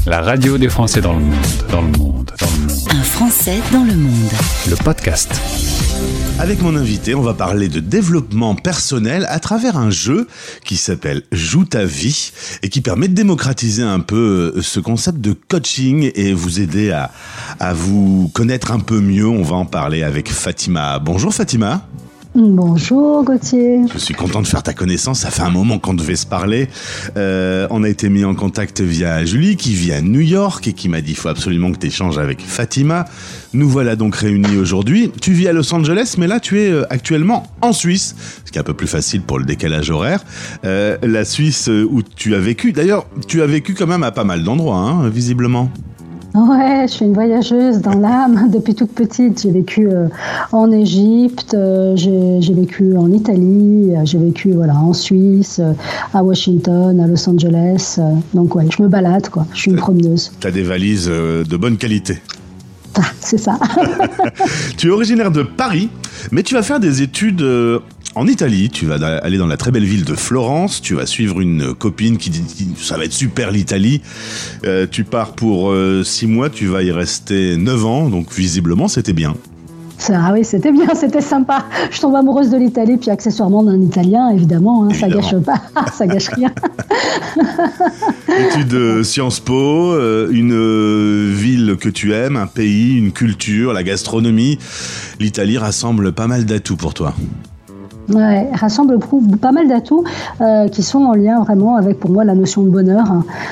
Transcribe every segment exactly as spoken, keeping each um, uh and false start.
La radio des Français dans le monde, dans le monde, dans le monde. Un Français dans le monde. Le podcast. Avec mon invité, on va parler de développement personnel à travers un jeu qui s'appelle Joue ta vie et qui permet de démocratiser un peu ce concept de coaching et vous aider à, à vous connaître un peu mieux. On va en parler avec Fatima. Bonjour Fatima. Bonjour Gauthier. Je suis content de faire ta connaissance, ça fait un moment qu'on devait se parler. Euh, on a été mis en contact via Julie qui vit à New York et qui m'a dit il faut absolument que tu échanges avec Fatima. Nous voilà donc réunis aujourd'hui. Tu vis à Los Angeles mais là tu es actuellement en Suisse, ce qui est un peu plus facile pour le décalage horaire. Euh, la Suisse où tu as vécu, d'ailleurs tu as vécu quand même à pas mal d'endroits hein, visiblement. Ouais, je suis une voyageuse dans l'âme. Depuis toute petite, j'ai vécu euh, en Égypte, euh, j'ai, j'ai vécu en Italie, euh, j'ai vécu voilà en Suisse, euh, à Washington, à Los Angeles. Euh, donc ouais, je me balade quoi. Je suis une promeneuse. T'as des valises euh, de bonne qualité. Ah, c'est ça. Tu es originaire de Paris, mais tu vas faire des études euh, en Italie. Tu vas aller dans la très belle ville de Florence. Tu vas suivre une copine qui dit ça va être super l'Italie. Euh, tu pars pour euh, six mois, tu vas y rester neuf ans, donc visiblement c'était bien. Ah oui, c'était bien, c'était sympa. Je tombe amoureuse de l'Italie, puis accessoirement d'un Italien, évidemment. Hein, évidemment. Ça gâche pas, ça gâche rien. Études euh, Sciences Po, euh, une euh, ville que tu aimes, un pays, une culture, la gastronomie. L'Italie rassemble pas mal d'atouts pour toi. Ouais, rassemble pas mal d'atouts euh, qui sont en lien vraiment avec, pour moi, la notion de bonheur,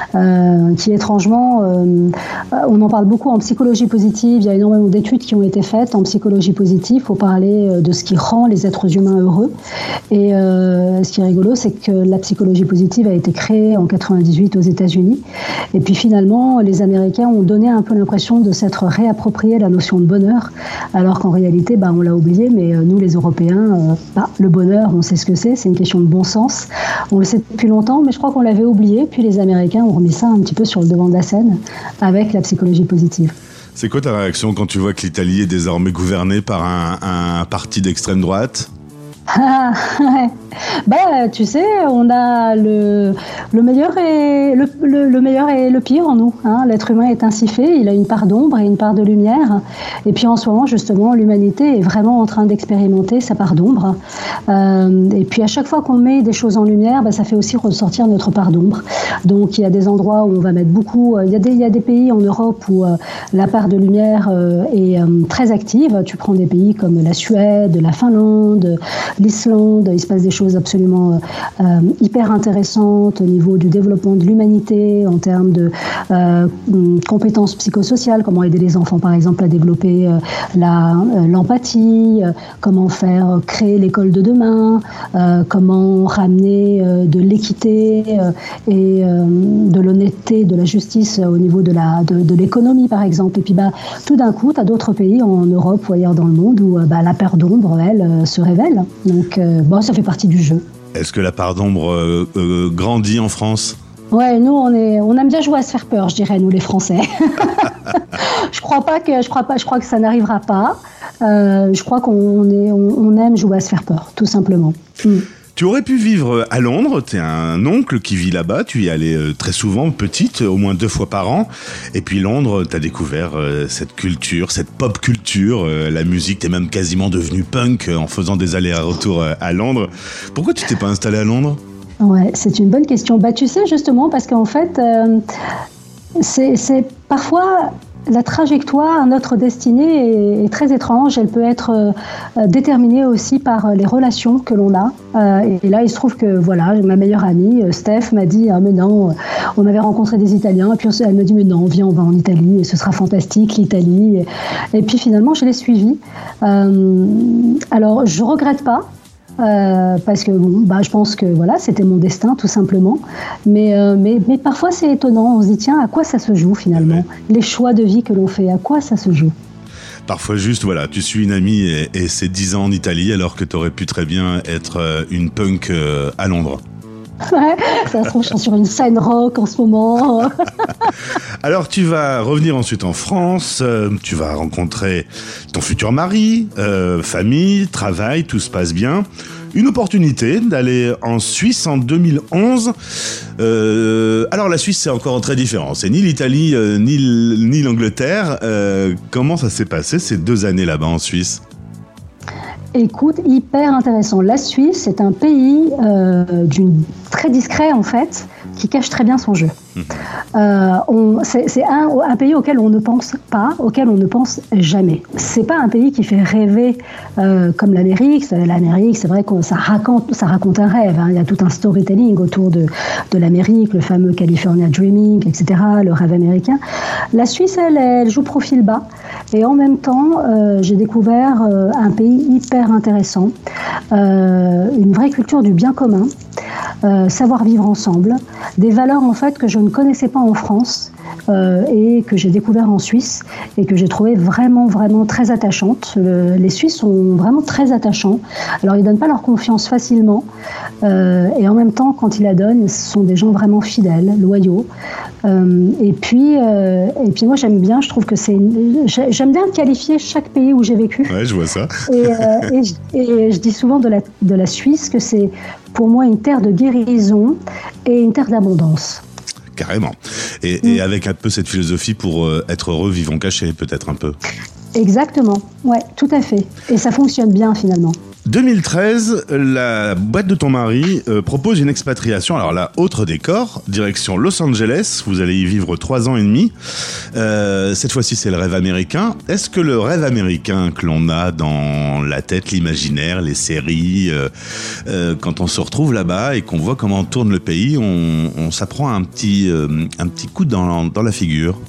euh, qui étrangement, euh, on en parle beaucoup en psychologie positive. Il y a énormément d'études qui ont été faites en psychologie positive pour parler de ce qui rend les êtres humains heureux. Et euh, ce qui est rigolo, c'est que la psychologie positive a été créée en quatre-vingt-dix-huit aux États-Unis. Et puis finalement, les Américains ont donné un peu l'impression de s'être réapproprié la notion de bonheur, alors qu'en réalité, bah, on l'a oublié. Mais euh, nous, les Européens, euh, bah, le bonheur, on sait ce que c'est, c'est une question de bon sens. On le sait depuis longtemps, mais je crois qu'on l'avait oublié. Puis les Américains ont remis ça un petit peu sur le devant de la scène avec la psychologie positive. C'est quoi ta réaction quand tu vois que l'Italie est désormais gouvernée par un, un parti d'extrême droite ? Ah, ouais. Bah, tu sais, on a le, le, meilleur et le, le, le meilleur et le pire en nous. Hein. L'être humain est ainsi fait, il a une part d'ombre et une part de lumière. Et puis en ce moment, justement, l'humanité est vraiment en train d'expérimenter sa part d'ombre. Euh, et puis à chaque fois qu'on met des choses en lumière, bah, ça fait aussi ressortir notre part d'ombre. Donc il y a des endroits où on va mettre beaucoup... Il y a des, il y a des pays en Europe où euh, la part de lumière euh, est euh, très active. Tu prends des pays comme la Suède, la Finlande, l'Islande, il se passe des choses absolument euh, hyper intéressantes au niveau du développement de l'humanité, en termes de euh, compétences psychosociales, comment aider les enfants par exemple à développer euh, la, euh, l'empathie, euh, comment faire créer l'école de demain, euh, comment ramener euh, de l'équité euh, et euh, de l'honnêteté, de la justice au niveau de, la, de, de l'économie par exemple. Et puis bah, tout d'un coup, tu as d'autres pays en Europe ou ailleurs dans le monde où bah, la part d'ombre, elle, euh, se révèle. Donc, euh, bon, ça fait partie du jeu. Est-ce que la part d'ombre euh, euh, grandit en France ? Ouais, nous, on, est, on aime bien jouer à se faire peur, je dirais, nous, les Français. je crois pas que, je crois pas, je crois que ça n'arrivera pas. Euh, je crois qu'on est, on, on aime jouer à se faire peur, tout simplement. Mm. Tu aurais pu vivre à Londres, tu as un oncle qui vit là-bas, tu y allais très souvent, petite, au moins deux fois par an. Et puis Londres, tu as découvert cette culture, cette pop culture, la musique, tu es même quasiment devenu punk en faisant des allers-retours à Londres. Pourquoi tu t'es pas installé à Londres ? Ouais, c'est une bonne question. Bah, tu sais, justement, parce qu'en fait, euh, c'est, c'est parfois... La trajectoire, notre destinée est, est très étrange. Elle peut être euh, déterminée aussi par les relations que l'on a. Euh, et là, il se trouve que voilà, ma meilleure amie, Steph, m'a dit ah, mais non, on avait rencontré des Italiens. Et puis elle me dit mais non, viens, on va en Italie et ce sera fantastique, l'Italie. Et, et puis finalement, je l'ai suivie. Euh, alors, je regrette pas. Euh, parce que bon, bah, je pense que voilà, c'était mon destin tout simplement. Mais, euh, mais, mais parfois c'est étonnant, on se dit tiens, à quoi ça se joue finalement ? Les choix de vie que l'on fait, à quoi ça se joue ? Parfois juste, voilà, tu suis une amie et, et c'est dix ans en Italie alors que tu aurais pu très bien être euh, une punk euh, à Londres. Ouais, ça se trouve, je suis sur une scène rock en ce moment. Alors, tu vas revenir ensuite en France, euh, tu vas rencontrer ton futur mari, euh, famille, travail, tout se passe bien. une opportunité d'aller en Suisse en deux mille onze. Euh, alors la Suisse, c'est encore très différent. C'est ni l'Italie, euh, ni, ni l'Angleterre. Euh, comment ça s'est passé ces deux années là-bas en Suisse ? Écoute, hyper intéressant. La Suisse, c'est un pays euh, d'une, très discret en fait, qui cache très bien son jeu. Euh, on, c'est c'est un, un pays auquel on ne pense pas, auquel on ne pense jamais. C'est pas un pays qui fait rêver euh, comme l'Amérique. L'Amérique, c'est vrai que ça raconte, ça raconte un rêve. Hein. Il y a tout un storytelling autour de, de l'Amérique, le fameux California Dreaming, et cetera, le rêve américain. La Suisse, elle, elle joue profil bas. Et en même temps, euh, j'ai découvert euh, un pays hyper intéressant, euh, une vraie culture du bien commun, euh, savoir vivre ensemble, des valeurs en fait que je ne connaissais pas en France euh, et que j'ai découvert en Suisse et que j'ai trouvé vraiment vraiment très attachantes. Le, les Suisses sont vraiment très attachants. Alors ils donnent pas leur confiance facilement euh, et en même temps quand ils la donnent, ce sont des gens vraiment fidèles, loyaux. Euh, et puis euh, et puis moi j'aime bien, je trouve que c'est une, j'aime bien qualifier chaque pays où j'ai vécu. Ouais, je vois ça. Et, euh, et, je, et je dis souvent de la de la Suisse que c'est pour moi une terre de guérison et une terre d'abondance. Carrément. Et, mmh. et avec un peu cette philosophie pour euh, être heureux, vivons cachés, peut-être un peu. Exactement, ouais, tout à fait. Et ça fonctionne bien finalement. deux mille treize, la boîte de ton mari euh, propose une expatriation. Alors là, autre décor, direction Los Angeles. Vous allez y vivre trois ans et demi. Euh, cette fois-ci, c'est le rêve américain. Est-ce que le rêve américain que l'on a dans la tête, l'imaginaire, les séries, euh, euh, quand on se retrouve là-bas et qu'on voit comment tourne le pays, on, on s'apprend un petit, euh, un petit coup dans, dans la figure?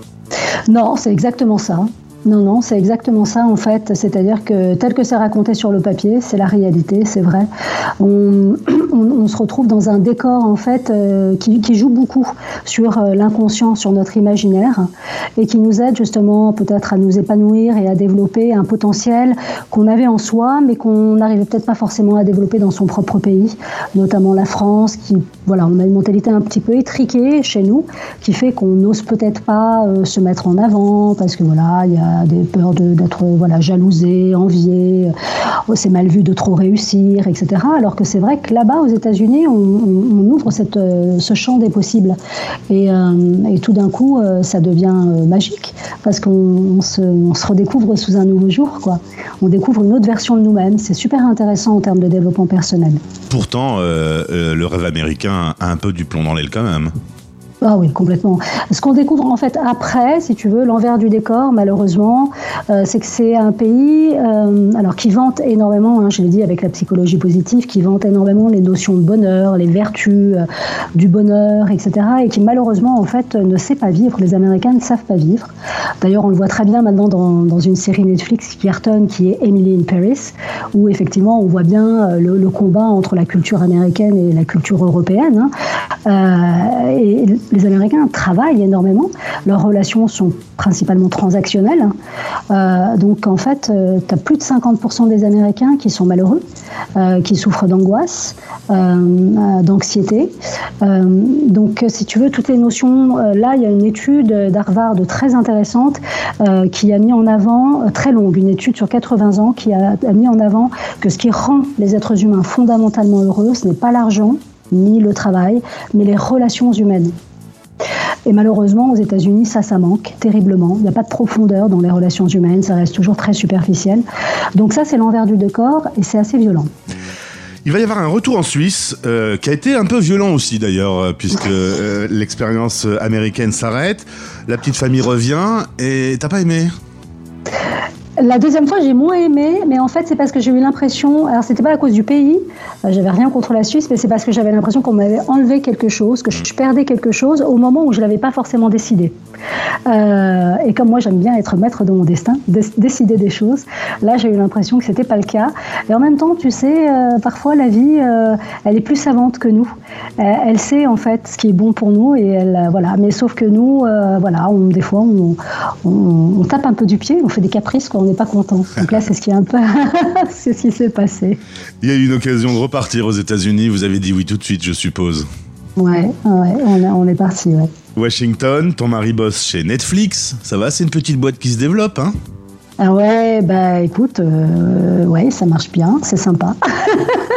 Non, c'est exactement ça. Non, non, c'est exactement ça en fait. C'est-à-dire que tel que c'est raconté sur le papier, c'est la réalité, c'est vrai. On, on, on se retrouve dans un décor en fait euh, qui, qui joue beaucoup sur euh, l'inconscient, sur notre imaginaire et qui nous aide justement peut-être à nous épanouir et à développer un potentiel qu'on avait en soi mais qu'on n'arrivait peut-être pas forcément à développer dans son propre pays, notamment la France qui, voilà, on a une mentalité un petit peu étriquée chez nous qui fait qu'on n'ose peut-être pas euh, se mettre en avant parce que voilà, il y a des peurs de, d'être voilà, jalousé, envié, euh, c'est mal vu de trop réussir, et cetera. Alors que c'est vrai que là-bas, aux États-Unis, on, on, on ouvre cette, euh, ce champ des possibles. Et, euh, et tout d'un coup, euh, ça devient euh, magique parce qu'on on se, on se redécouvre sous un nouveau jour, quoi. On découvre une autre version de nous-mêmes. C'est super intéressant en termes de développement personnel. Pourtant, euh, euh, le rêve américain a un peu du plomb dans l'aile quand même. Ah oui, complètement. Ce qu'on découvre en fait après, si tu veux, l'envers du décor, malheureusement, euh, c'est que c'est un pays euh, alors qui vante énormément, hein, je l'ai dit avec la psychologie positive, qui vante énormément les notions de bonheur, les vertus euh, du bonheur, et cetera. Et qui malheureusement en fait ne sait pas vivre. Les Américains ne savent pas vivre. D'ailleurs, on le voit très bien maintenant dans, dans une série Netflix qui cartonne, qui est Emily in Paris, où effectivement on voit bien le, le combat entre la culture américaine et la culture européenne. Hein. Euh, et les Américains travaillent énormément. Leurs relations sont principalement transactionnelles. Euh, donc, en fait, euh, tu as plus de cinquante pour cent des Américains qui sont malheureux, euh, qui souffrent d'angoisse, euh, d'anxiété. Euh, donc, si tu veux, toutes les notions... Euh, là, il y a une étude d'Harvard très intéressante euh, qui a mis en avant, euh, très longue, une étude sur quatre-vingts ans, qui a, a mis en avant que ce qui rend les êtres humains fondamentalement heureux, ce n'est pas l'argent, ni le travail, mais les relations humaines. Et malheureusement, aux États-Unis, ça, ça manque terriblement. Il n'y a pas de profondeur dans les relations humaines, ça reste toujours très superficiel. Donc ça, c'est l'envers du décor et c'est assez violent. Il va y avoir un retour en Suisse, euh, qui a été un peu violent aussi d'ailleurs, puisque euh, l'expérience américaine s'arrête, la petite famille revient, et t'as pas aimé ? La deuxième fois, j'ai moins aimé, mais en fait, c'est parce que j'ai eu l'impression... Alors, c'était pas à cause du pays, euh, j'avais rien contre la Suisse, mais c'est parce que j'avais l'impression qu'on m'avait enlevé quelque chose, que je perdais quelque chose au moment où je l'avais pas forcément décidé. Euh, et comme moi, j'aime bien être maître de mon destin, dé- décider des choses, là, j'ai eu l'impression que c'était pas le cas. Et en même temps, tu sais, euh, parfois, la vie, euh, elle est plus savante que nous. Euh, elle sait, en fait, ce qui est bon pour nous, et elle, euh, voilà. Mais sauf que nous, euh, voilà, on, des fois, on, on, on tape un peu du pied, on fait des caprices, quoi. On n'est pas content. Donc là, c'est ce qui est un peu, c'est ce qui s'est passé. Il y a eu une occasion de repartir aux États-Unis. Vous avez dit oui tout de suite, je suppose. Ouais, ouais, on, a, on est parti, ouais. Washington, ton mari bosse chez Netflix. Ça va, c'est une petite boîte qui se développe, hein ? Ah ouais, bah écoute, euh, ouais, ça marche bien, c'est sympa.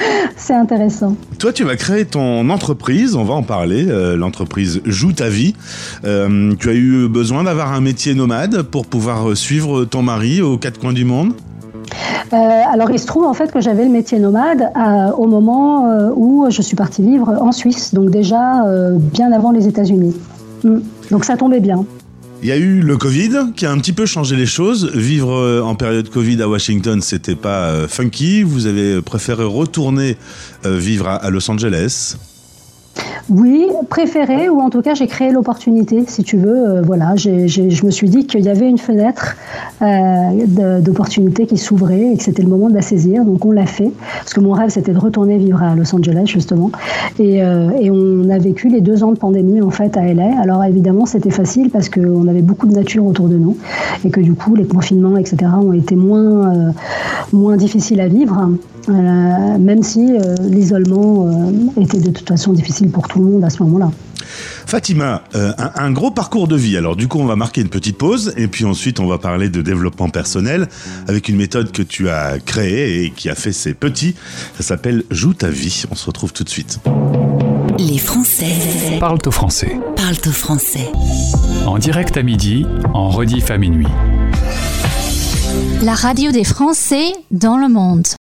c'est intéressant. Toi, tu vas créer ton entreprise, on va en parler, euh, l'entreprise Joue ta vie. Euh, tu as eu besoin d'avoir un métier nomade pour pouvoir suivre ton mari aux quatre coins du monde ? Euh, alors il se trouve en fait que j'avais le métier nomade euh, au moment euh, où je suis partie vivre en Suisse, donc déjà euh, bien avant les États-Unis. Mm. Donc ça tombait bien. Il y a eu le Covid qui a un petit peu changé les choses. Vivre en période Covid à Washington, c'était pas funky. Vous avez préféré retourner vivre à Los Angeles. Oui, préféré, ou en tout cas j'ai créé l'opportunité, si tu veux. Euh, voilà, j'ai, j'ai, je me suis dit qu'il y avait une fenêtre euh, de, d'opportunité qui s'ouvrait et que c'était le moment de la saisir, donc on l'a fait. Parce que mon rêve c'était de retourner vivre à Los Angeles justement, et, euh, et on a vécu les deux ans de pandémie en fait à L A. Alors évidemment c'était facile parce qu'on avait beaucoup de nature autour de nous et que du coup les confinements et cetera ont été moins euh, moins difficiles à vivre. Euh, même si euh, l'isolement euh, était de toute façon difficile pour tout le monde à ce moment-là. Fatima, euh, un, un gros parcours de vie. Alors du coup, on va marquer une petite pause et puis ensuite, on va parler de développement personnel avec une méthode que tu as créée et qui a fait ses petits. Ça s'appelle Joue ta vie. On se retrouve tout de suite. Les Français Parle au français. parlent au français. En direct à midi, en rediff à minuit. La radio des Français dans le monde.